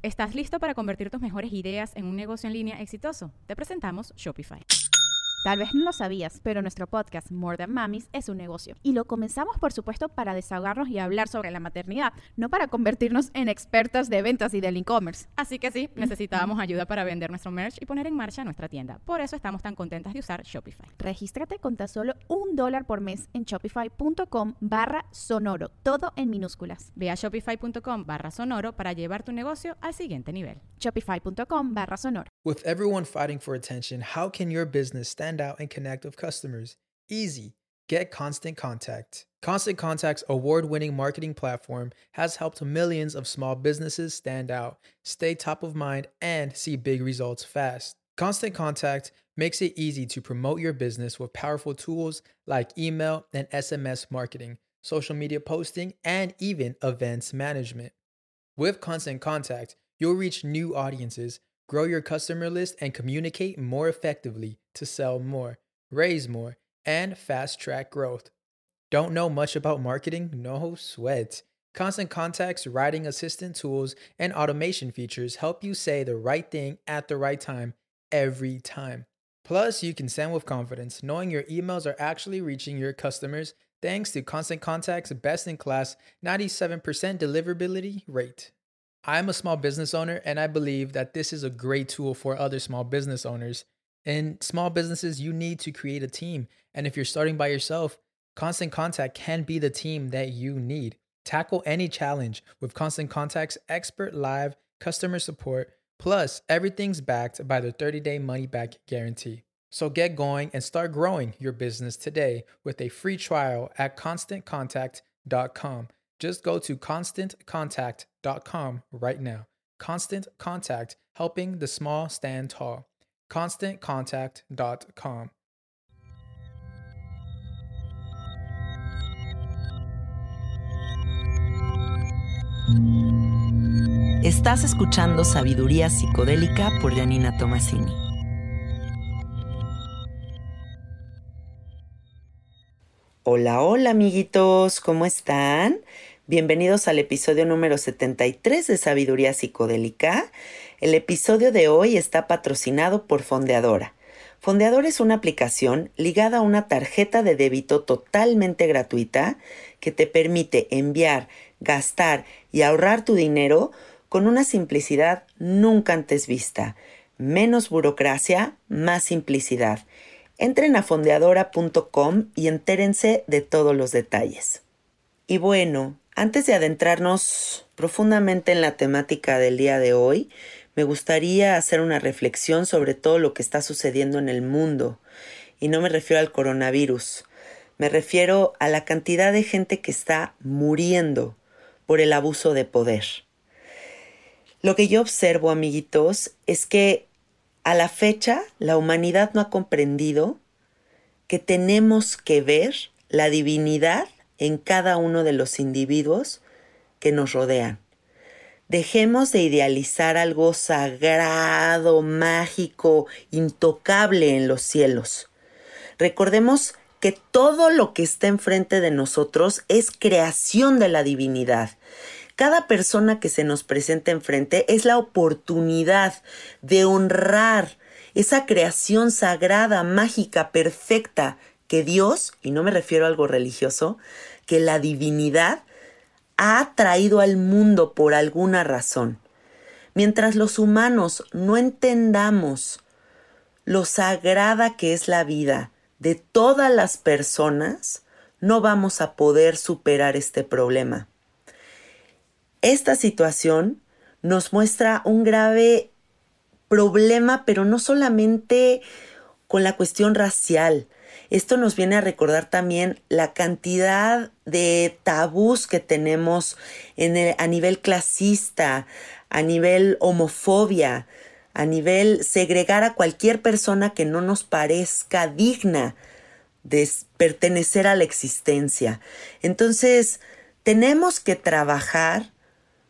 ¿Estás listo para convertir tus mejores ideas en un negocio en línea exitoso? Te presentamos Shopify. Tal vez no lo sabías, pero nuestro podcast More Than Mamis es un negocio. Y lo comenzamos, por supuesto, para desahogarnos y hablar sobre la maternidad, no para convertirnos en expertas de ventas y del e-commerce. Así que sí, necesitábamos ayuda para vender nuestro merch y poner en marcha nuestra tienda. Por eso estamos tan contentas de usar Shopify. Regístrate con tan solo $1 por mes en shopify.com/sonoro, todo en minúsculas. Ve a shopify.com/sonoro para llevar tu negocio al siguiente nivel. Shopify.com/sonoro. With everyone fighting for attention, how can your business stand out and connect with customers? Easy. Get Constant Contact. Constant Contact's award-winning marketing platform has helped millions of small businesses stand out, stay top of mind, and see big results fast. Constant Contact makes it easy to promote your business with powerful tools like email and SMS marketing, social media posting, and even events management. With Constant Contact, you'll reach new audiences, grow your customer list, and communicate more effectively to sell more, raise more, and fast-track growth. Don't know much about marketing? No sweat. Constant Contact's writing assistant tools and automation features help you say the right thing at the right time every time. Plus, you can send with confidence, knowing your emails are actually reaching your customers thanks to Constant Contact's best-in-class 97% deliverability rate. I'm a small business owner, and I believe that this is a great tool for other small business owners. In small businesses, you need to create a team. And if you're starting by yourself, Constant Contact can be the team that you need. Tackle any challenge with Constant Contact's expert live customer support. Plus, everything's backed by the 30-day money-back guarantee. So get going and start growing your business today with a free trial at ConstantContact.com. Just go to ConstantContact.com right now. Constant Contact, helping the small stand tall. ConstantContact.com. Estás escuchando Sabiduría Psicodélica por Janina Tomasini. Hola, hola amiguitos, ¿cómo están? Bienvenidos al episodio número 73 de Sabiduría Psicodélica. El episodio de hoy está patrocinado por Fondeadora. Fondeadora es una aplicación ligada a una tarjeta de débito totalmente gratuita que te permite enviar, gastar y ahorrar tu dinero con una simplicidad nunca antes vista. Menos burocracia, más simplicidad. Entren a fondeadora.com y entérense de todos los detalles. Y bueno, antes de adentrarnos profundamente en la temática del día de hoy, me gustaría hacer una reflexión sobre todo lo que está sucediendo en el mundo. Y no me refiero al coronavirus, me refiero a la cantidad de gente que está muriendo por el abuso de poder. Lo que yo observo, amiguitos, es que a la fecha, la humanidad no ha comprendido que tenemos que ver la divinidad en cada uno de los individuos que nos rodean. Dejemos de idealizar algo sagrado, mágico, intocable en los cielos. Recordemos que todo lo que está enfrente de nosotros es creación de la divinidad. Cada persona que se nos presenta enfrente es la oportunidad de honrar esa creación sagrada, mágica, perfecta que Dios, y no me refiero a algo religioso, que la divinidad ha traído al mundo por alguna razón. Mientras los humanos no entendamos lo sagrada que es la vida de todas las personas, no vamos a poder superar este problema. Esta situación nos muestra un grave problema, pero no solamente con la cuestión racial. Esto nos viene a recordar también la cantidad de tabús que tenemos a nivel clasista, a nivel homofobia, a nivel segregar a cualquier persona que no nos parezca digna de pertenecer a la existencia. Entonces, tenemos que trabajar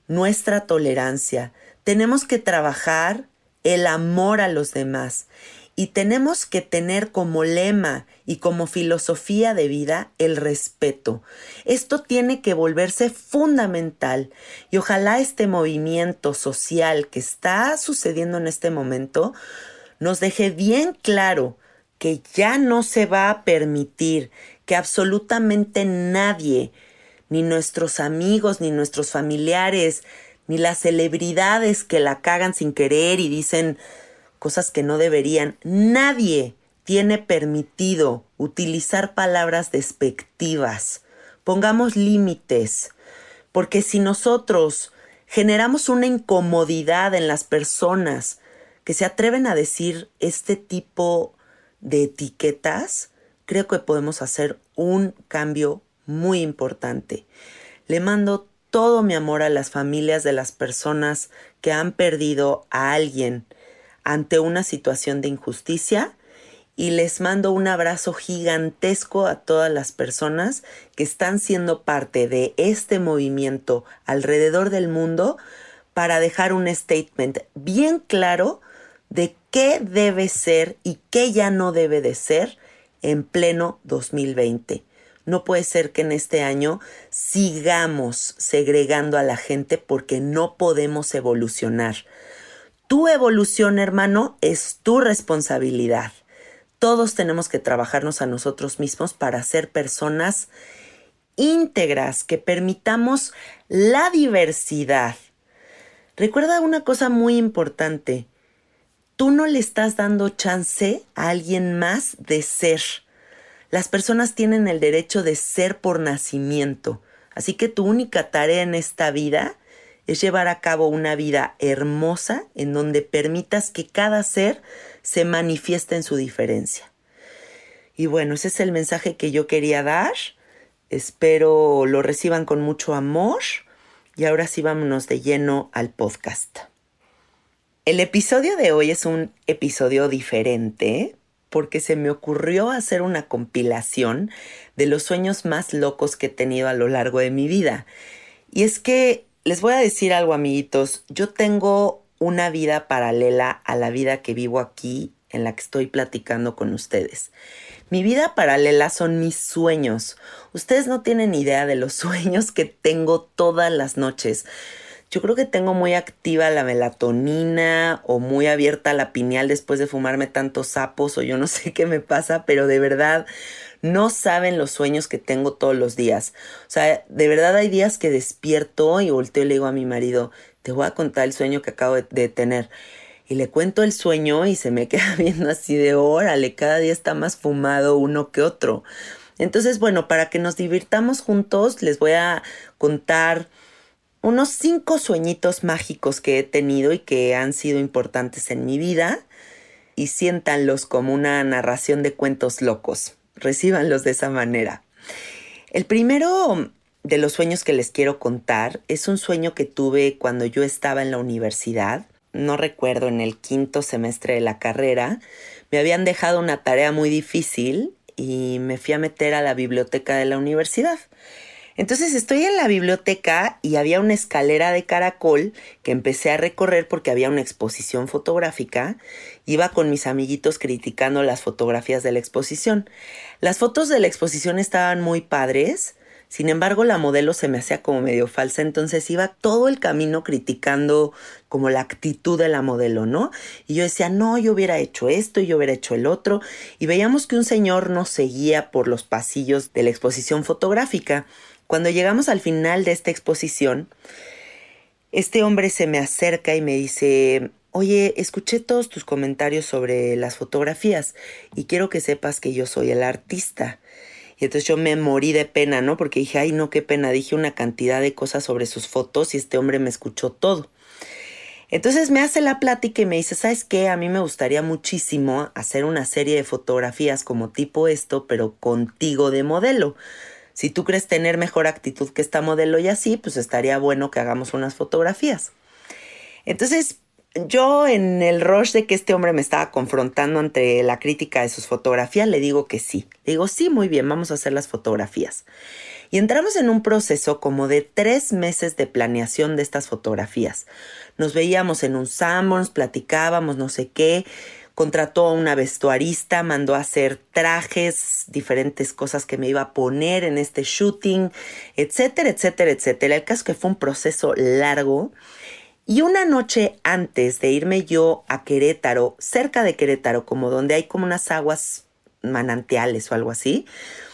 nuestra tolerancia, tenemos que trabajar el amor a los demás Y tenemos que tener como lema y como filosofía de vida el respeto. Esto tiene que volverse fundamental y ojalá este movimiento social que está sucediendo en este momento nos deje bien claro que ya no se va a permitir que absolutamente nadie, ni nuestros amigos, ni nuestros familiares, ni las celebridades que la cagan sin querer y dicen cosas que no deberían, nadie tiene permitido utilizar palabras despectivas. Pongamos límites, porque si nosotros generamos una incomodidad en las personas que se atreven a decir este tipo de etiquetas, creo que podemos hacer un cambio muy importante. Le mando todo mi amor a las familias de las personas que han perdido a alguien ante una situación de injusticia y les mando un abrazo gigantesco a todas las personas que están siendo parte de este movimiento alrededor del mundo para dejar un statement bien claro de qué debe ser y qué ya no debe de ser en pleno 2020. No puede ser que en este año sigamos segregando a la gente porque no podemos evolucionar. Tu evolución, hermano, es tu responsabilidad. Todos tenemos que trabajarnos a nosotros mismos para ser personas íntegras, que permitamos la diversidad. Recuerda una cosa muy importante. Tú no le estás dando chance a alguien más de ser. Las personas tienen el derecho de ser por nacimiento. Así que tu única tarea en esta vida es llevar a cabo una vida hermosa en donde permitas que cada ser se manifieste en su diferencia. Y bueno, ese es el mensaje que yo quería dar. Espero lo reciban con mucho amor. Y ahora sí vámonos de lleno al podcast. El episodio de hoy es un episodio diferente porque se me ocurrió hacer una compilación de los sueños más locos que he tenido a lo largo de mi vida. Y es que les voy a decir algo, amiguitos. Yo tengo una vida paralela a la vida que vivo aquí, en la que estoy platicando con ustedes. Mi vida paralela son mis sueños. Ustedes no tienen idea de los sueños que tengo todas las noches. Yo creo que tengo muy activa la melatonina o muy abierta la pineal después de fumarme tantos sapos o yo no sé qué me pasa, pero de verdad no saben los sueños que tengo todos los días. O sea, de verdad hay días que despierto y volteo y le digo a mi marido, te voy a contar el sueño que acabo de tener. Y le cuento el sueño y se me queda viendo así de órale, cada día está más fumado uno que otro. Entonces, bueno, para que nos divirtamos juntos, les voy a contar unos 5 sueñitos mágicos que he tenido y que han sido importantes en mi vida. Y siéntanlos como una narración de cuentos locos. Recíbanlos de esa manera. El primero de los sueños que les quiero contar es un sueño que tuve cuando yo estaba en la universidad. No recuerdo, en el 5º semestre de la carrera. Me habían dejado una tarea muy difícil y me fui a meter a la biblioteca de la universidad. Entonces estoy en la biblioteca y había una escalera de caracol que empecé a recorrer porque había una exposición fotográfica. Iba con mis amiguitos criticando las fotografías de la exposición. Las fotos de la exposición estaban muy padres, sin embargo la modelo se me hacía como medio falsa, entonces iba todo el camino criticando como la actitud de la modelo, ¿no? Y yo decía, no, yo hubiera hecho esto y yo hubiera hecho el otro. Y veíamos que un señor nos seguía por los pasillos de la exposición fotográfica. Cuando llegamos al final de esta exposición, este hombre se me acerca y me dice, oye, escuché todos tus comentarios sobre las fotografías y quiero que sepas que yo soy el artista. Y entonces yo me morí de pena, ¿no? Porque dije, ay, no, qué pena. Dije una cantidad de cosas sobre sus fotos y este hombre me escuchó todo. Entonces me hace la plática y me dice, ¿sabes qué? A mí me gustaría muchísimo hacer una serie de fotografías como tipo esto, pero contigo de modelo. Si tú crees tener mejor actitud que esta modelo y así, pues estaría bueno que hagamos unas fotografías. Entonces, yo en el rush de que este hombre me estaba confrontando ante la crítica de sus fotografías, le digo que sí. Le digo, sí, muy bien, vamos a hacer las fotografías. Y entramos en un proceso como de 3 meses de planeación de estas fotografías. Nos veíamos en un Sanborns, platicábamos, no sé qué. contrató a una vestuarista, mandó a hacer trajes, diferentes cosas que me iba a poner en este shooting, etcétera, etcétera, etcétera. El caso es que fue un proceso largo. Y una noche antes de irme yo a Querétaro, cerca de Querétaro, como donde hay como unas aguas manantiales o algo así,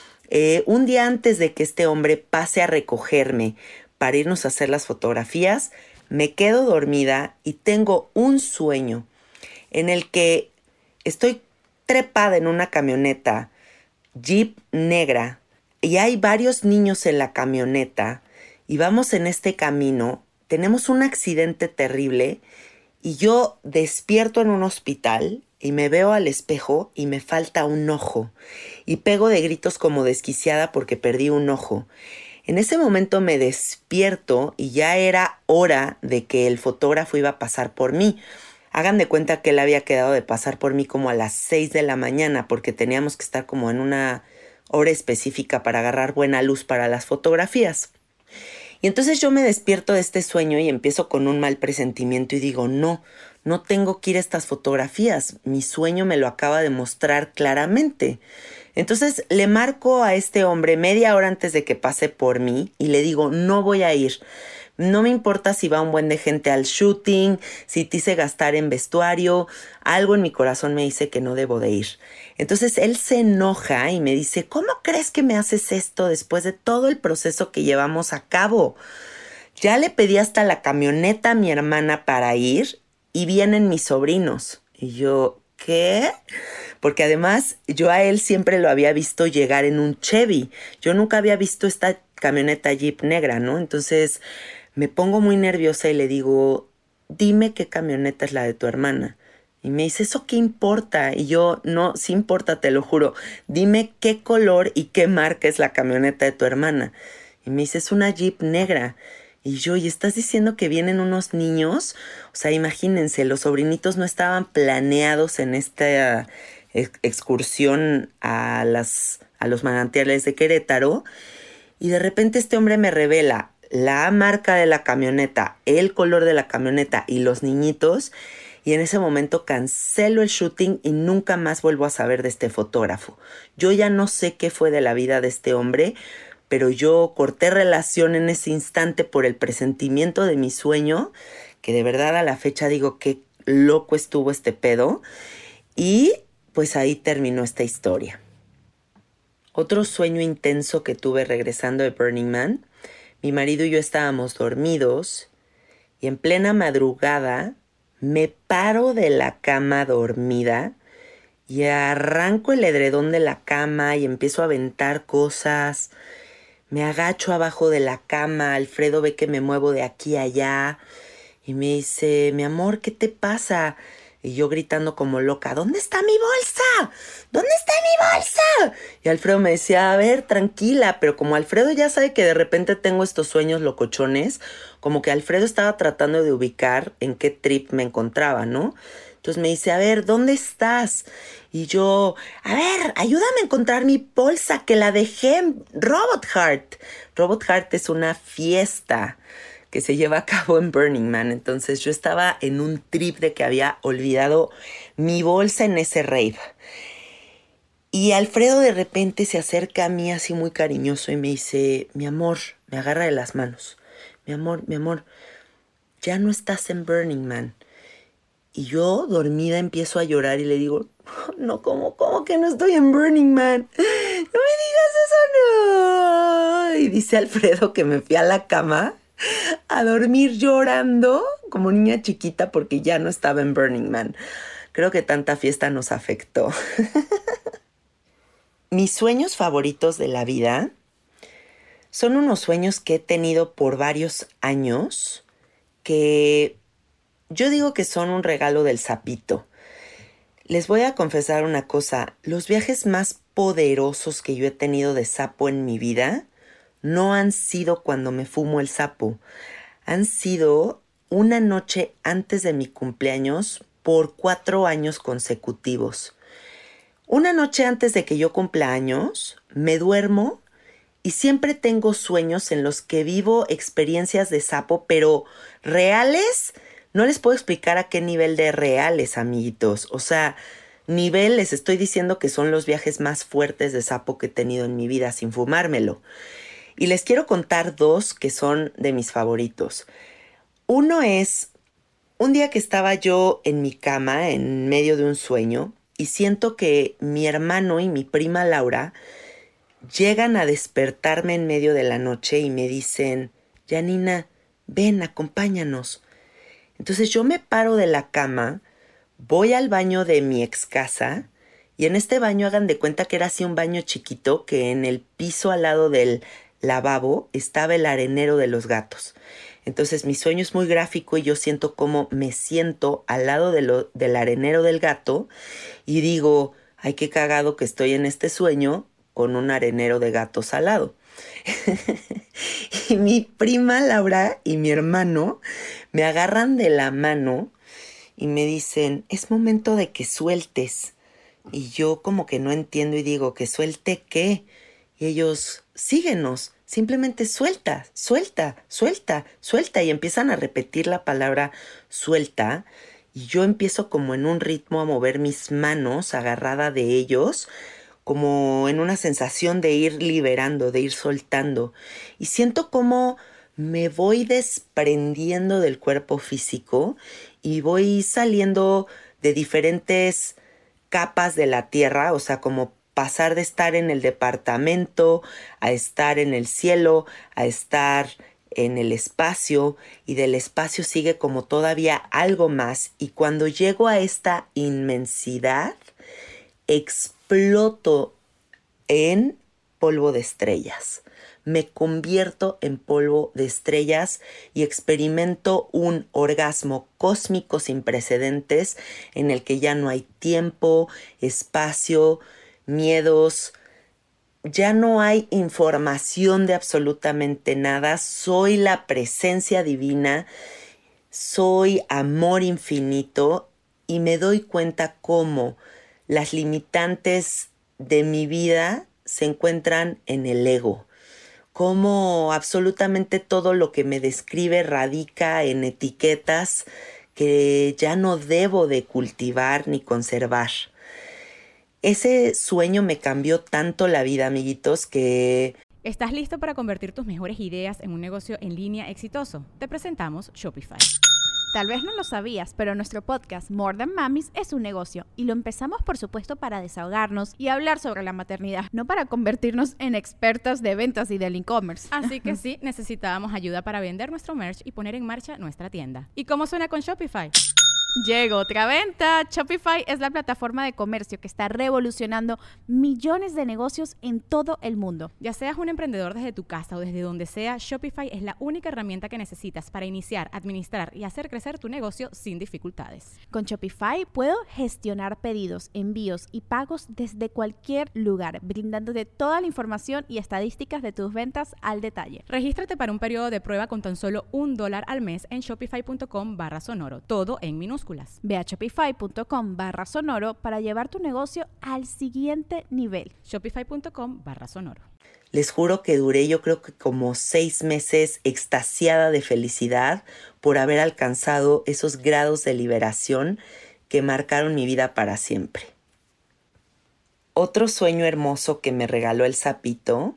un día antes de que este hombre pase a recogerme para irnos a hacer las fotografías, me quedo dormida y tengo un sueño en el que estoy trepada en una camioneta Jeep negra y hay varios niños en la camioneta y vamos en este camino. Tenemos un accidente terrible y yo despierto en un hospital y me veo al espejo y me falta un ojo y pego de gritos como desquiciada porque perdí un ojo. En ese momento me despierto y ya era hora de que el fotógrafo iba a pasar por mí. Hagan de cuenta que él había quedado de pasar por mí como a las 6 de la mañana porque teníamos que estar como en una hora específica para agarrar buena luz para las fotografías. Y entonces yo me despierto de este sueño y empiezo con un mal presentimiento y digo, no tengo que ir a estas fotografías. Mi sueño me lo acaba de mostrar claramente. Entonces le marco a este hombre media hora antes de que pase por mí y le digo, no voy a ir. No me importa si va un buen de gente al shooting, si te hice gastar en vestuario, algo en mi corazón me dice que no debo de ir. Entonces él se enoja y me dice, ¿cómo crees que me haces esto después de todo el proceso que llevamos a cabo? Ya le pedí hasta la camioneta a mi hermana para ir y vienen mis sobrinos. Y yo, ¿qué? Porque además yo a él siempre lo había visto llegar en un Chevy. Yo nunca había visto esta camioneta Jeep negra, ¿no? Entonces me pongo muy nerviosa y le digo, dime qué camioneta es la de tu hermana. Y me dice, ¿eso qué importa? Y yo, no, sí importa, te lo juro. Dime qué color y qué marca es la camioneta de tu hermana. Y me dice, es una Jeep negra. Y yo, ¿y estás diciendo que vienen unos niños? O sea, imagínense, los sobrinitos no estaban planeados en esta excursión a los manantiales de Querétaro. Y de repente este hombre me revela la marca de la camioneta, el color de la camioneta y los niñitos. Y en ese momento cancelo el shooting y nunca más vuelvo a saber de este fotógrafo. Yo ya no sé qué fue de la vida de este hombre, pero yo corté relación en ese instante por el presentimiento de mi sueño, que de verdad a la fecha digo qué loco estuvo este pedo. Y pues ahí terminó esta historia. Otro sueño intenso que tuve regresando de Burning Man, mi marido y yo estábamos dormidos y en plena madrugada me paro de la cama dormida y arranco el edredón de la cama y empiezo a aventar cosas. Me agacho abajo de la cama, Alfredo ve que me muevo de aquí a allá y me dice, mi amor, ¿qué te pasa? Y yo gritando como loca, ¿dónde está mi bolsa? ¿Dónde está mi bolsa? Y Alfredo me decía, a ver, tranquila. Pero como Alfredo ya sabe que de repente tengo estos sueños locochones, como que Alfredo estaba tratando de ubicar en qué trip me encontraba, ¿no? Entonces me dice, a ver, ¿dónde estás? Y yo, a ver, ayúdame a encontrar mi bolsa que la dejé en Robot Heart. Robot Heart es una fiesta que se lleva a cabo en Burning Man. Entonces yo estaba en un trip de que había olvidado mi bolsa en ese rave. Y Alfredo de repente se acerca a mí así muy cariñoso y me dice, mi amor, me agarra de las manos. Mi amor, ya no estás en Burning Man. Y yo, dormida, empiezo a llorar y le digo, no, ¿cómo que no estoy en Burning Man? No me digas eso, no. Y dice Alfredo que me fui a la cama a dormir llorando como niña chiquita porque ya no estaba en Burning Man. Creo que tanta fiesta nos afectó. Mis sueños favoritos de la vida son unos sueños que he tenido por varios años que yo digo que son un regalo del sapito. Les voy a confesar una cosa, los viajes más poderosos que yo he tenido de sapo en mi vida no han sido cuando me fumo el sapo. Han sido una noche antes de mi cumpleaños por 4 años consecutivos. Una noche antes de que yo cumpla años, me duermo y siempre tengo sueños en los que vivo experiencias de sapo, pero reales, no les puedo explicar a qué nivel de reales, amiguitos. O sea, nivel, les estoy diciendo que son los viajes más fuertes de sapo que he tenido en mi vida sin fumármelo. Y les quiero contar 2 que son de mis favoritos. Uno es un día que estaba yo en mi cama en medio de un sueño y siento que mi hermano y mi prima Laura llegan a despertarme en medio de la noche y me dicen, Janina, ven, acompáñanos. Entonces yo me paro de la cama, voy al baño de mi ex casa y en este baño hagan de cuenta que era así un baño chiquito que en el piso al lado del lavabo estaba el arenero de los gatos. Entonces mi sueño es muy gráfico y yo siento como me siento al lado del arenero del gato y digo, ay, qué cagado que estoy en este sueño con un arenero de gatos al lado. Y mi prima Laura y mi hermano me agarran de la mano y me dicen, es momento de que sueltes. Y yo como que no entiendo y digo, ¿que suelte qué? Y ellos, síguenos, simplemente suelta, suelta, suelta, suelta. Y empiezan a repetir la palabra suelta. Y yo empiezo como en un ritmo a mover mis manos agarrada de ellos, como en una sensación de ir liberando, de ir soltando. Y siento como me voy desprendiendo del cuerpo físico y voy saliendo de diferentes capas de la tierra, o sea, como pasar de estar en el departamento a estar en el cielo, a estar en el espacio, y del espacio sigue como todavía algo más. Y cuando llego a esta inmensidad, exploto en polvo de estrellas. Me convierto en polvo de estrellas y experimento un orgasmo cósmico sin precedentes en el que ya no hay tiempo, espacio, miedos, ya no hay información de absolutamente nada. Soy la presencia divina, soy amor infinito y me doy cuenta cómo las limitantes de mi vida se encuentran en el ego. Cómo absolutamente todo lo que me describe radica en etiquetas que ya no debo de cultivar ni conservar. Ese sueño me cambió tanto la vida, amiguitos, que... ¿Estás listo para convertir tus mejores ideas en un negocio en línea exitoso? Te presentamos Shopify. Tal vez no lo sabías, pero nuestro podcast More Than Mamis es un negocio y lo empezamos por supuesto para desahogarnos y hablar sobre la maternidad, no para convertirnos en expertas de ventas y del e-commerce. Así que sí, necesitábamos ayuda para vender nuestro merch y poner en marcha nuestra tienda. ¿Y cómo suena con Shopify? Llegó otra venta. Shopify es la plataforma de comercio que está revolucionando millones de negocios en todo el mundo. Ya seas un emprendedor desde tu casa o desde donde sea, Shopify es la única herramienta que necesitas para iniciar, administrar y hacer crecer tu negocio sin dificultades. Con Shopify puedo gestionar pedidos, envíos y pagos desde cualquier lugar, brindándote toda la información y estadísticas de tus ventas al detalle. Regístrate para un periodo de prueba con tan solo $1 al mes en shopify.com/sonoro, todo en minúsculas. Ve a shopify.com/sonoro para llevar tu negocio al siguiente nivel. Shopify.com/sonoro. Les juro que duré yo creo que como 6 meses extasiada de felicidad por haber alcanzado esos grados de liberación que marcaron mi vida para siempre. Otro sueño hermoso que me regaló el sapito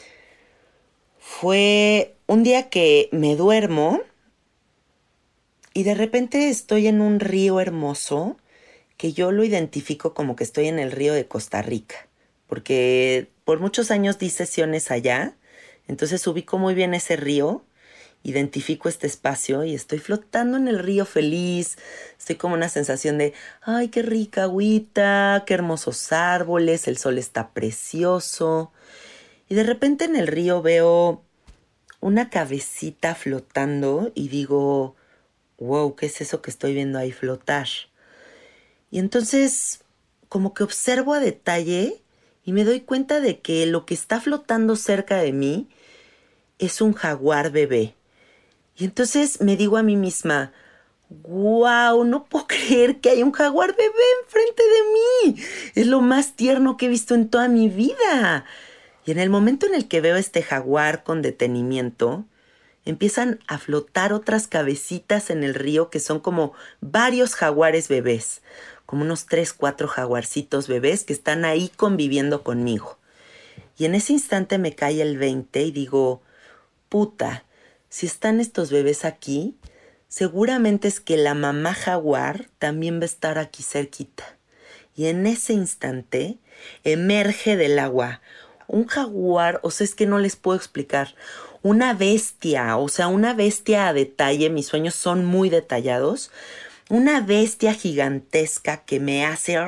fue un día que me duermo y de repente estoy en un río hermoso que yo lo identifico como que estoy en el río de Costa Rica, porque por muchos años di sesiones allá, entonces ubico muy bien ese río, identifico este espacio y estoy flotando en el río feliz. Estoy como una sensación de, ay, qué rica agüita, qué hermosos árboles, el sol está precioso. Y de repente en el río veo una cabecita flotando y digo, wow, ¿qué es eso que estoy viendo ahí flotar? Y entonces como que observo a detalle y me doy cuenta de que lo que está flotando cerca de mí es un jaguar bebé. Y entonces me digo a mí misma, wow, no puedo creer que hay un jaguar bebé enfrente de mí. Es lo más tierno que he visto en toda mi vida. Y en el momento en el que veo este jaguar con detenimiento, empiezan a flotar otras cabecitas en el río que son como varios jaguares bebés, como unos 3, 4 jaguarcitos bebés que están ahí conviviendo conmigo. Y en ese instante me cae el 20 y digo, puta, si están estos bebés aquí, seguramente es que la mamá jaguar también va a estar aquí cerquita. Y en ese instante emerge del agua un jaguar, o sea, es que no les puedo explicar, una bestia, o sea, una bestia a detalle, mis sueños son muy detallados, una bestia gigantesca que me hace...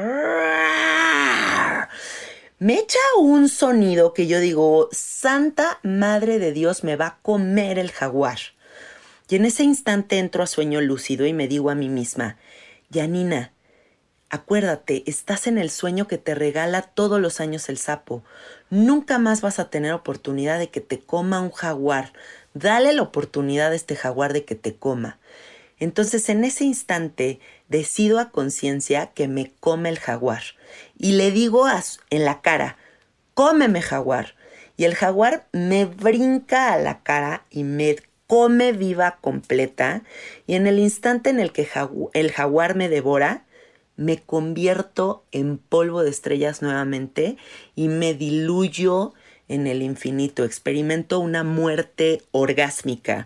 Me echa un sonido que yo digo, Santa Madre de Dios, me va a comer el jaguar. Y en ese instante entro a sueño lúcido y me digo a mí misma, Janina, acuérdate, estás en el sueño que te regala todos los años el sapo. Nunca más vas a tener oportunidad de que te coma un jaguar. Dale la oportunidad a este jaguar de que te coma. Entonces en ese instante decido a conciencia que me come el jaguar. Y le digo en la cara, cómeme jaguar. Y el jaguar me brinca a la cara y me come viva completa. Y en el instante en el que el jaguar me devora, me convierto en polvo de estrellas nuevamente y me diluyo en el infinito. Experimento una muerte orgásmica.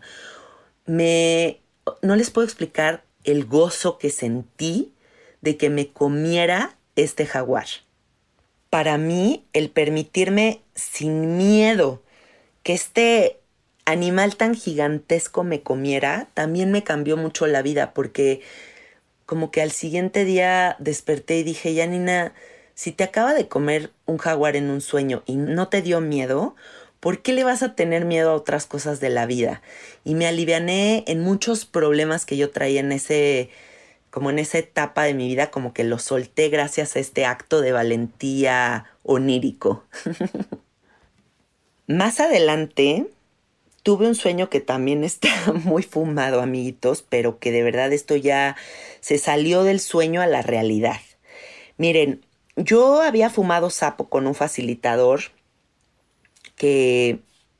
No les puedo explicar el gozo que sentí de que me comiera este jaguar. Para mí, el permitirme sin miedo que este animal tan gigantesco me comiera, también me cambió mucho la vida, porque como que al siguiente día desperté y dije, Janina, si te acaba de comer un jaguar en un sueño y no te dio miedo, ¿por qué le vas a tener miedo a otras cosas de la vida? Y me aliviané en muchos problemas que yo traía en esa etapa de mi vida, como que lo solté gracias a este acto de valentía onírico. Más adelante tuve un sueño que también está muy fumado, amiguitos, pero que de verdad esto ya se salió del sueño a la realidad. Miren, yo había fumado sapo con un facilitador que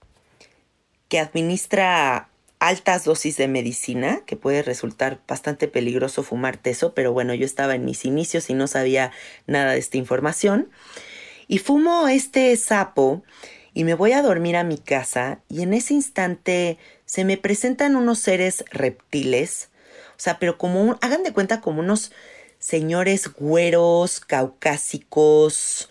administra altas dosis de medicina, que puede resultar bastante peligroso fumarte eso, pero bueno, yo estaba en mis inicios y no sabía nada de esta información. Y fumo este sapo y me voy a dormir a mi casa y en ese instante se me presentan unos seres reptiles, o sea, pero hagan de cuenta como unos señores güeros, caucásicos,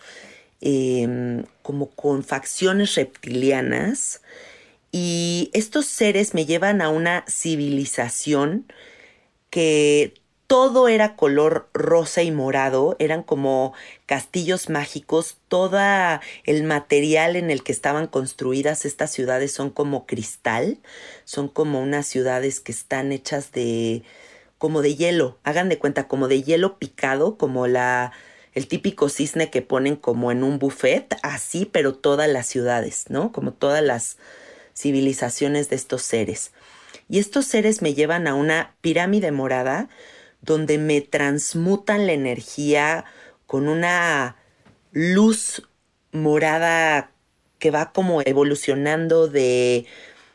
como con facciones reptilianas. Y estos seres me llevan a una civilización que todo era color rosa y morado, eran como castillos mágicos, todo el material en el que estaban construidas estas ciudades son como cristal, son como unas ciudades que están hechas como de hielo, hagan de cuenta, como de hielo picado, como el típico cisne que ponen como en un buffet, así, pero todas las ciudades, ¿no? Como todas las civilizaciones de estos seres. Y estos seres me llevan a una pirámide morada donde me transmutan la energía con una luz morada que va como evolucionando de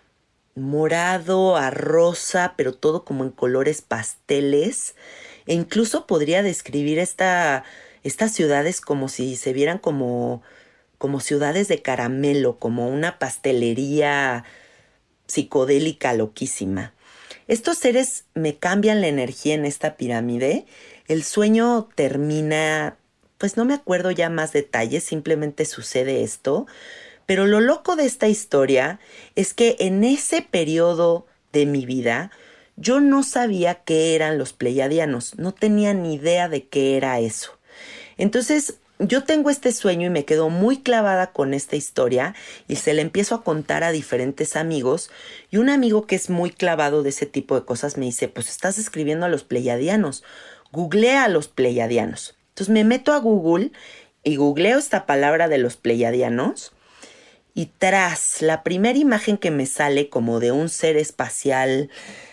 morado a rosa, pero todo como en colores pasteles. E incluso podría describir estas ciudades como si se vieran como ciudades de caramelo, como una pastelería psicodélica loquísima. Estos seres me cambian la energía en esta pirámide. El sueño termina, pues no me acuerdo ya más detalles, simplemente sucede esto. Pero lo loco de esta historia es que en ese periodo de mi vida yo no sabía qué eran los pleiadianos, no tenía ni idea de qué era eso. Entonces yo tengo este sueño y me quedo muy clavada con esta historia y se la empiezo a contar a diferentes amigos y un amigo que es muy clavado de ese tipo de cosas me dice, pues estás escribiendo a los pleiadianos, googlea a los pleiadianos. Entonces me meto a Google y googleo esta palabra de los pleiadianos y tras la primera imagen que me sale como de un ser espacial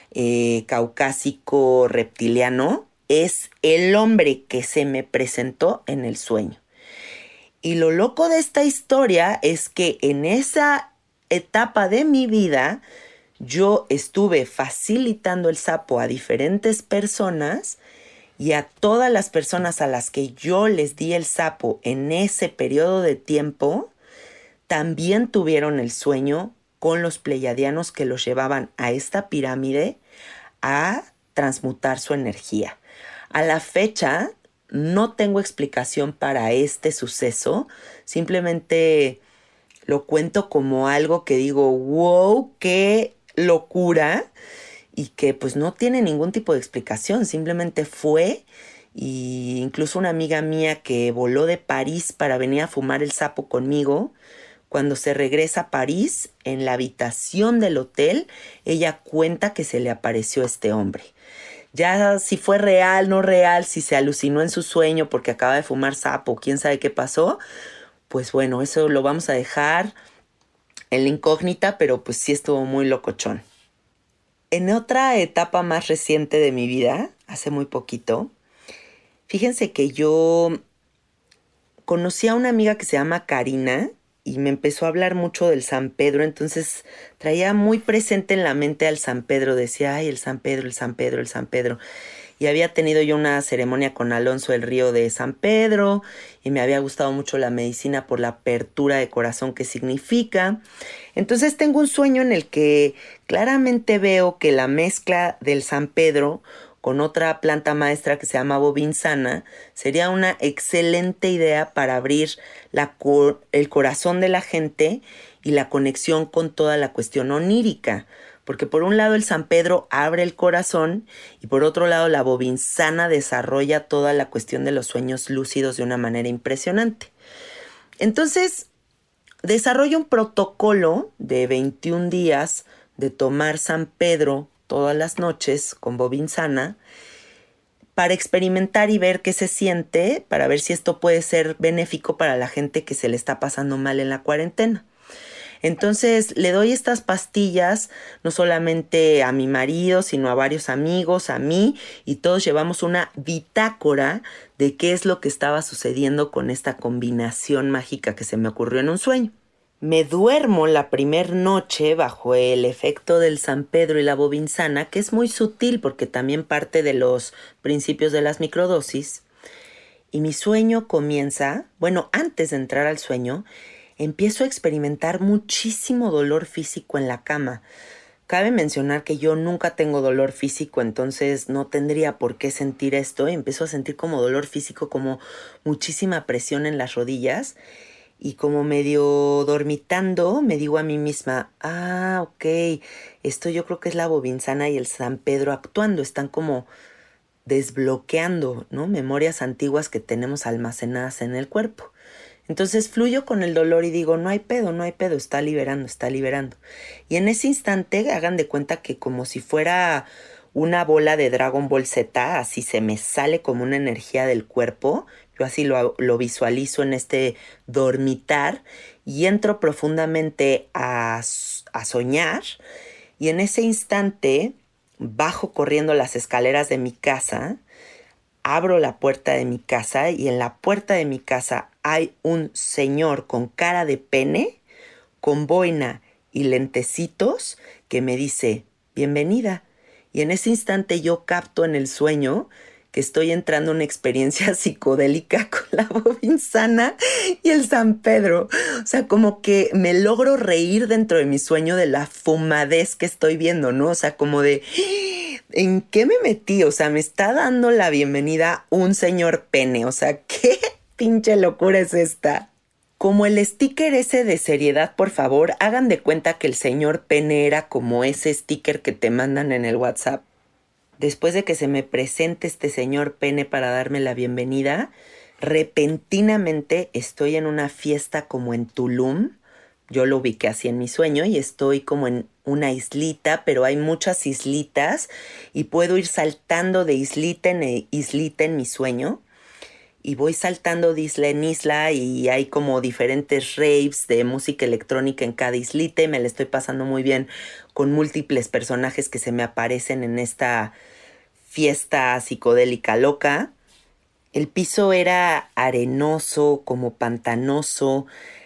caucásico reptiliano, es el hombre que se me presentó en el sueño. Y lo loco de esta historia es que en esa etapa de mi vida yo estuve facilitando el sapo a diferentes personas y a todas las personas a las que yo les di el sapo en ese periodo de tiempo, también tuvieron el sueño con los pleiadianos que los llevaban a esta pirámide a transmutar su energía. A la fecha no tengo explicación para este suceso, simplemente lo cuento como algo que digo, wow, qué locura, y que pues no tiene ningún tipo de explicación, simplemente fue. Y incluso una amiga mía que voló de París para venir a fumar el sapo conmigo, cuando se regresa a París, en la habitación del hotel, ella cuenta que se le apareció este hombre. Ya si fue real, no real, si se alucinó en su sueño porque acaba de fumar sapo, quién sabe qué pasó, pues bueno, eso lo vamos a dejar en la incógnita, pero pues sí estuvo muy locochón. En otra etapa más reciente de mi vida, hace muy poquito, fíjense que yo conocí a una amiga que se llama Karina y me empezó a hablar mucho del San Pedro, entonces traía muy presente en la mente al San Pedro, decía, ay, el San Pedro, el San Pedro, el San Pedro. Y había tenido yo una ceremonia con Alonso del Río de San Pedro y me había gustado mucho la medicina por la apertura de corazón que significa. Entonces tengo un sueño en el que claramente veo que la mezcla del San Pedro con otra planta maestra que se llama bobinsana sería una excelente idea para abrir el corazón de la gente y la conexión con toda la cuestión onírica. Porque por un lado el San Pedro abre el corazón y por otro lado la bobinsana desarrolla toda la cuestión de los sueños lúcidos de una manera impresionante. Entonces desarrollo un protocolo de 21 días de tomar San Pedro todas las noches con bobinsana para experimentar y ver qué se siente, para ver si esto puede ser benéfico para la gente que se le está pasando mal en la cuarentena. Entonces le doy estas pastillas no solamente a mi marido, sino a varios amigos, a mí, y todos llevamos una bitácora de qué es lo que estaba sucediendo con esta combinación mágica que se me ocurrió en un sueño. Me duermo la primer noche bajo el efecto del San Pedro y la bobinsana, que es muy sutil porque también parte de los principios de las microdosis. Y mi sueño comienza, bueno, antes de entrar al sueño, empiezo a experimentar muchísimo dolor físico en la cama. Cabe mencionar que yo nunca tengo dolor físico, entonces no tendría por qué sentir esto. Empiezo a sentir como dolor físico, como muchísima presión en las rodillas. Y como medio dormitando, me digo a mí misma, ok, esto yo creo que es la bobinsana y el San Pedro actuando. Están como desbloqueando, ¿no? Memorias antiguas que tenemos almacenadas en el cuerpo. Entonces fluyo con el dolor y digo, no hay pedo, está liberando, está liberando. Y en ese instante hagan de cuenta que como si fuera una bola de Dragon Ball Z, así se me sale como una energía del cuerpo. Yo así lo visualizo en este dormitar y entro profundamente a soñar. Y en ese instante bajo corriendo las escaleras de mi casa, abro la puerta de mi casa y en la puerta de mi casa hay un señor con cara de pene, con boina y lentecitos que me dice, bienvenida. Y en ese instante yo capto en el sueño que estoy entrando en una experiencia psicodélica con la bobinsana y el San Pedro. O sea, como que me logro reír dentro de mi sueño de la fumadez que estoy viendo, ¿no? O sea, como de, ¿en qué me metí? O sea, me está dando la bienvenida un señor pene. O sea, ¿qué pinche locura es esta? Como el sticker ese de seriedad, por favor, hagan de cuenta que el señor pene era como ese sticker que te mandan en el WhatsApp. Después de que se me presente este señor pene para darme la bienvenida, repentinamente estoy en una fiesta como en Tulum. Yo lo ubiqué así en mi sueño y estoy como en una islita, pero hay muchas islitas y puedo ir saltando de islita en islita en mi sueño. Y voy saltando de isla en isla y hay como diferentes raves de música electrónica en cada islita y me la estoy pasando muy bien con múltiples personajes que se me aparecen en esta fiesta psicodélica loca. El piso era arenoso, como pantanoso.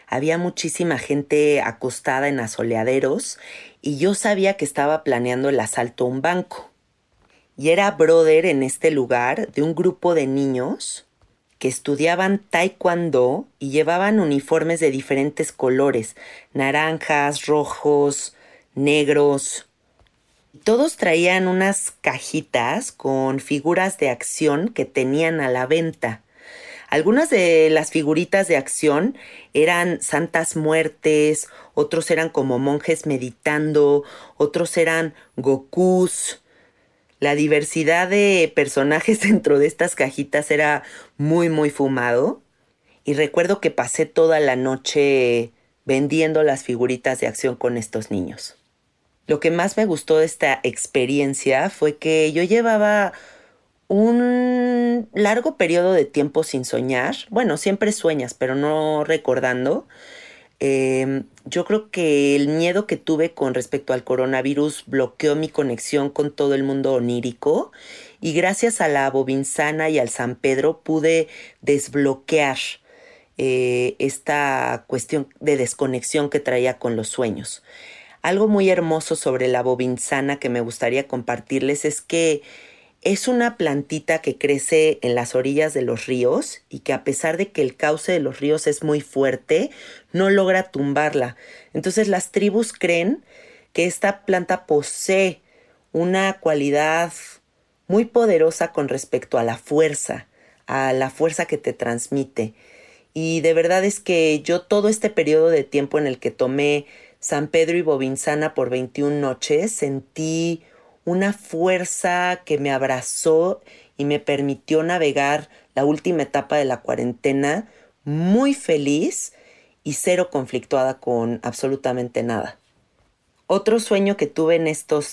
había muchísima gente acostada en asoleaderos y yo sabía que estaba planeando el asalto a un banco. Y era brother en este lugar de un grupo de niños que estudiaban taekwondo y llevaban uniformes de diferentes colores, naranjas, rojos, negros. Todos traían unas cajitas con figuras de acción que tenían a la venta. Algunas de las figuritas de acción eran santas muertes, otros eran como monjes meditando, otros eran Gokus. La diversidad de personajes dentro de estas cajitas era muy, muy fumado. Y recuerdo que pasé toda la noche vendiendo las figuritas de acción con estos niños. Lo que más me gustó de esta experiencia fue que yo llevaba un largo periodo de tiempo sin soñar. Bueno, siempre sueñas, pero no recordando. Yo creo que el miedo que tuve con respecto al coronavirus bloqueó mi conexión con todo el mundo onírico y gracias a la Bobinsana y al San Pedro pude desbloquear esta cuestión de desconexión que traía con los sueños. Algo muy hermoso sobre la Bobinsana que me gustaría compartirles es que es una plantita que crece en las orillas de los ríos y que a pesar de que el cauce de los ríos es muy fuerte, no logra tumbarla. Entonces las tribus creen que esta planta posee una cualidad muy poderosa con respecto a la fuerza que te transmite. Y de verdad es que yo todo este periodo de tiempo en el que tomé San Pedro y Bobinsana por 21 noches sentí una fuerza que me abrazó y me permitió navegar la última etapa de la cuarentena muy feliz y cero conflictuada con absolutamente nada. Otro sueño que tuve en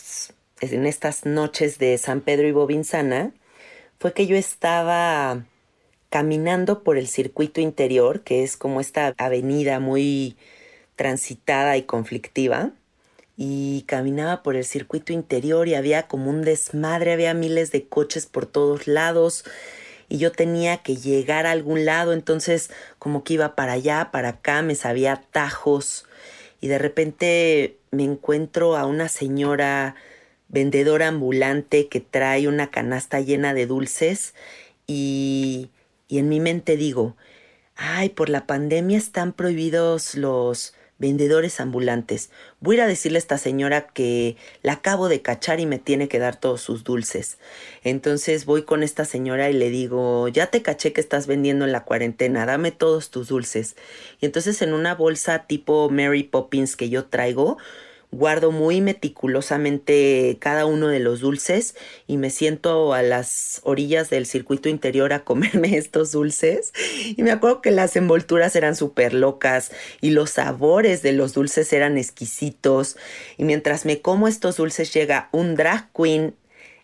estas noches de San Pedro y Bobinsana fue que yo estaba caminando por el circuito interior, que es como esta avenida muy transitada y conflictiva. Y caminaba por el circuito interior y había como un desmadre, había miles de coches por todos lados y yo tenía que llegar a algún lado, entonces como que iba para allá, para acá, me sabía atajos y de repente me encuentro a una señora vendedora ambulante que trae una canasta llena de dulces y en mi mente digo, ay, por la pandemia están prohibidos los vendedores ambulantes. Voy a ir a decirle a esta señora que la acabo de cachar y me tiene que dar todos sus dulces. Entonces voy con esta señora y le digo, ya te caché que estás vendiendo en la cuarentena, dame todos tus dulces. Y entonces en una bolsa tipo Mary Poppins que yo traigo, guardo muy meticulosamente cada uno de los dulces y me siento a las orillas del circuito interior a comerme estos dulces. Y me acuerdo que las envolturas eran súper locas y los sabores de los dulces eran exquisitos. Y mientras me como estos dulces llega un drag queen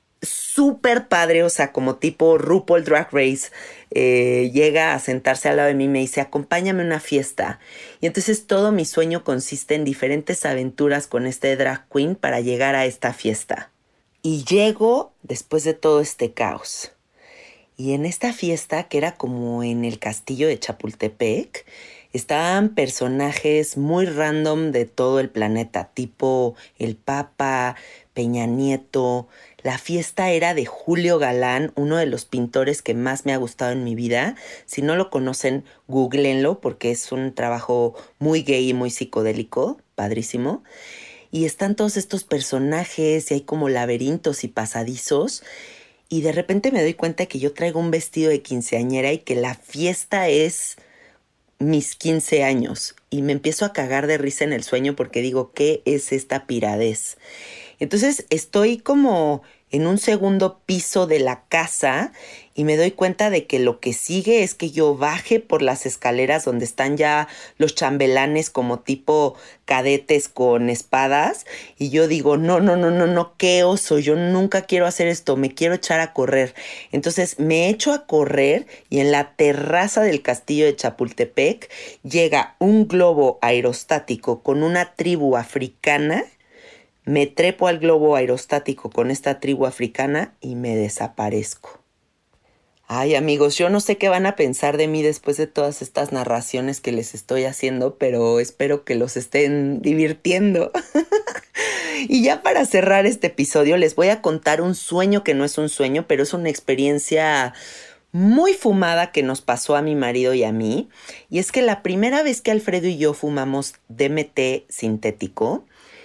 súper padre, o sea, como tipo RuPaul Drag Race, llega a sentarse al lado de mí y me dice, acompáñame a una fiesta. Y entonces todo mi sueño consiste en diferentes aventuras con este drag queen para llegar a esta fiesta. Y llego después de todo este caos. Y en esta fiesta, que era como en el castillo de Chapultepec, estaban personajes muy random de todo el planeta, tipo el Papa, Peña Nieto. La fiesta era de Julio Galán, uno de los pintores que más me ha gustado en mi vida. Si no lo conocen, googleenlo porque es un trabajo muy gay y muy psicodélico, padrísimo. Y están todos estos personajes y hay como laberintos y pasadizos. Y de repente me doy cuenta que yo traigo un vestido de quinceañera y que la fiesta es mis 15 años. Y me empiezo a cagar de risa en el sueño porque digo, ¿qué es esta piradez? Entonces estoy como en un segundo piso de la casa y me doy cuenta de que lo que sigue es que yo baje por las escaleras donde están ya los chambelanes como tipo cadetes con espadas y yo digo, no, qué oso, yo nunca quiero hacer esto, me quiero echar a correr. Entonces me echo a correr y en la terraza del castillo de Chapultepec llega un globo aerostático con una tribu africana. Me trepo al globo aerostático con esta tribu africana y me desaparezco. Ay, amigos, yo no sé qué van a pensar de mí después de todas estas narraciones que les estoy haciendo, pero espero que los estén divirtiendo. Y ya para cerrar este episodio les voy a contar un sueño que no es un sueño, pero es una experiencia muy fumada que nos pasó a mi marido y a mí. Y es que la primera vez que Alfredo y yo fumamos DMT sintético,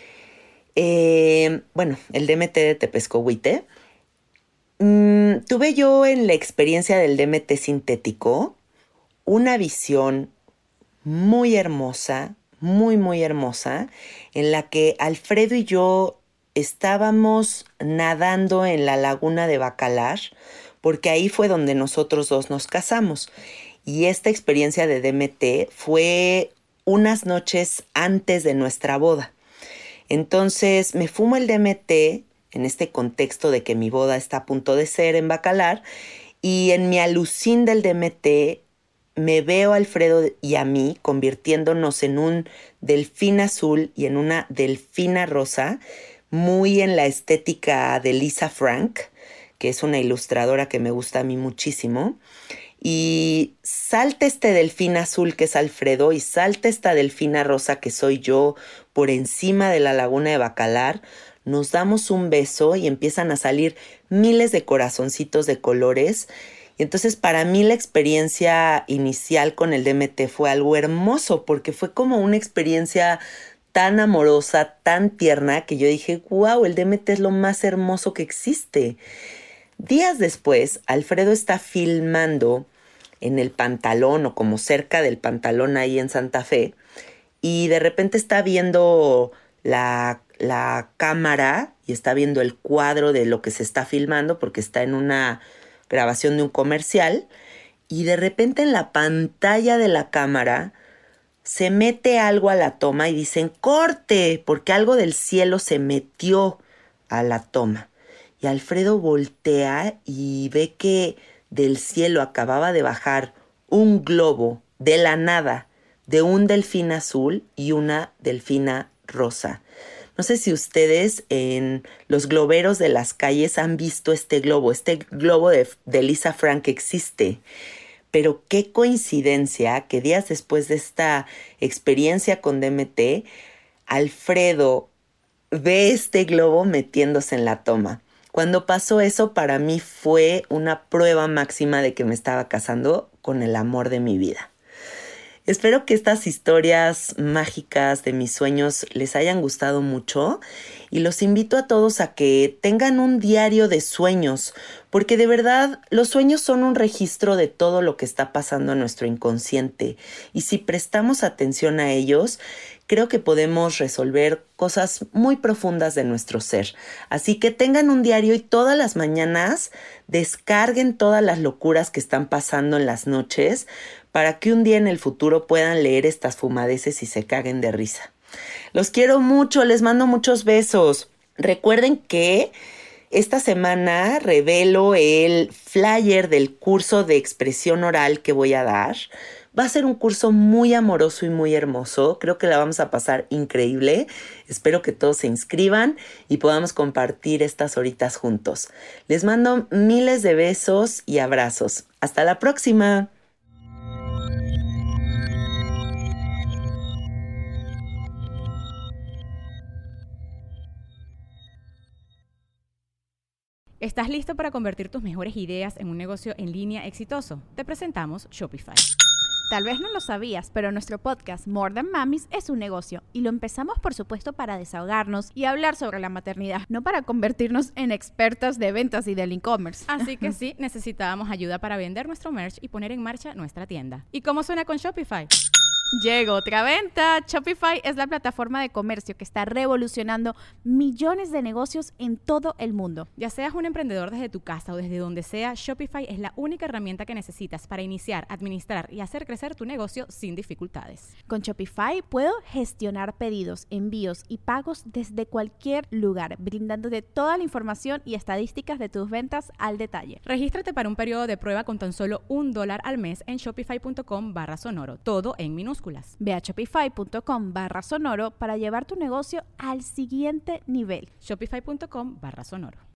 el DMT de Tepezcohuite, tuve yo en la experiencia del DMT sintético una visión muy hermosa, muy hermosa, en la que Alfredo y yo estábamos nadando en la laguna de Bacalar, porque ahí fue donde nosotros dos nos casamos. Y esta experiencia de DMT fue unas noches antes de nuestra boda. Entonces me fumo el DMT en este contexto de que mi boda está a punto de ser en Bacalar, y en mi alucín del DMT me veo a Alfredo y a mí convirtiéndonos en un delfín azul y en una delfina rosa, muy en la estética de Lisa Frank, que es una ilustradora que me gusta a mí muchísimo. Y salta este delfín azul que es Alfredo y salta esta delfina rosa que soy yo por encima de la laguna de Bacalar. Nos damos un beso y empiezan a salir miles de corazoncitos de colores. Y entonces para mí la experiencia inicial con el DMT fue algo hermoso, porque fue como una experiencia tan amorosa, tan tierna, que yo dije, wow, el DMT es lo más hermoso que existe. Días después, Alfredo está filmando en el Pantalón o como cerca del Pantalón ahí en Santa Fe, y de repente está viendo la cámara y está viendo el cuadro de lo que se está filmando porque está en una grabación de un comercial, y de repente en la pantalla de la cámara se mete algo a la toma y dicen ¡corte! Porque algo del cielo se metió a la toma. Y Alfredo voltea y ve que del cielo acababa de bajar un globo de la nada de un delfín azul y una delfina rosa. No sé si ustedes en los globeros de las calles han visto este globo de Lisa Frank existe. Pero qué coincidencia que días después de esta experiencia con DMT, Alfredo ve este globo metiéndose en la toma. Cuando pasó eso, para mí fue una prueba máxima de que me estaba casando con el amor de mi vida. Espero que estas historias mágicas de mis sueños les hayan gustado mucho y los invito a todos a que tengan un diario de sueños, porque de verdad los sueños son un registro de todo lo que está pasando en nuestro inconsciente, y si prestamos atención a ellos, creo que podemos resolver cosas muy profundas de nuestro ser. Así que tengan un diario y todas las mañanas descarguen todas las locuras que están pasando en las noches para que un día en el futuro puedan leer estas fumadeces y se caguen de risa. Los quiero mucho, les mando muchos besos. Recuerden que esta semana revelo el flyer del curso de expresión oral que voy a dar. Va a ser un curso muy amoroso y muy hermoso. Creo que la vamos a pasar increíble. Espero que todos se inscriban y podamos compartir estas horitas juntos. Les mando miles de besos y abrazos. Hasta la próxima. ¿Estás listo para convertir tus mejores ideas en un negocio en línea exitoso? Te presentamos Shopify. Tal vez no lo sabías, pero nuestro podcast More Than Mamis es un negocio y lo empezamos por supuesto para desahogarnos y hablar sobre la maternidad, no para convertirnos en expertas de ventas y del e-commerce. Así que sí, necesitábamos ayuda para vender nuestro merch y poner en marcha nuestra tienda. ¿Y cómo suena con Shopify? Llegó otra venta. Shopify es la plataforma de comercio que está revolucionando millones de negocios en todo el mundo. Ya seas un emprendedor desde tu casa o desde donde sea, Shopify es la única herramienta que necesitas para iniciar, administrar y hacer crecer tu negocio sin dificultades. Con Shopify puedo gestionar pedidos, envíos y pagos desde cualquier lugar, brindándote toda la información y estadísticas de tus ventas al detalle. Regístrate para un periodo de prueba con tan solo $1 al mes en shopify.com/sonoro, todo en minúsculas. Ve a shopify.com/sonoro para llevar tu negocio al siguiente nivel. Shopify.com/sonoro.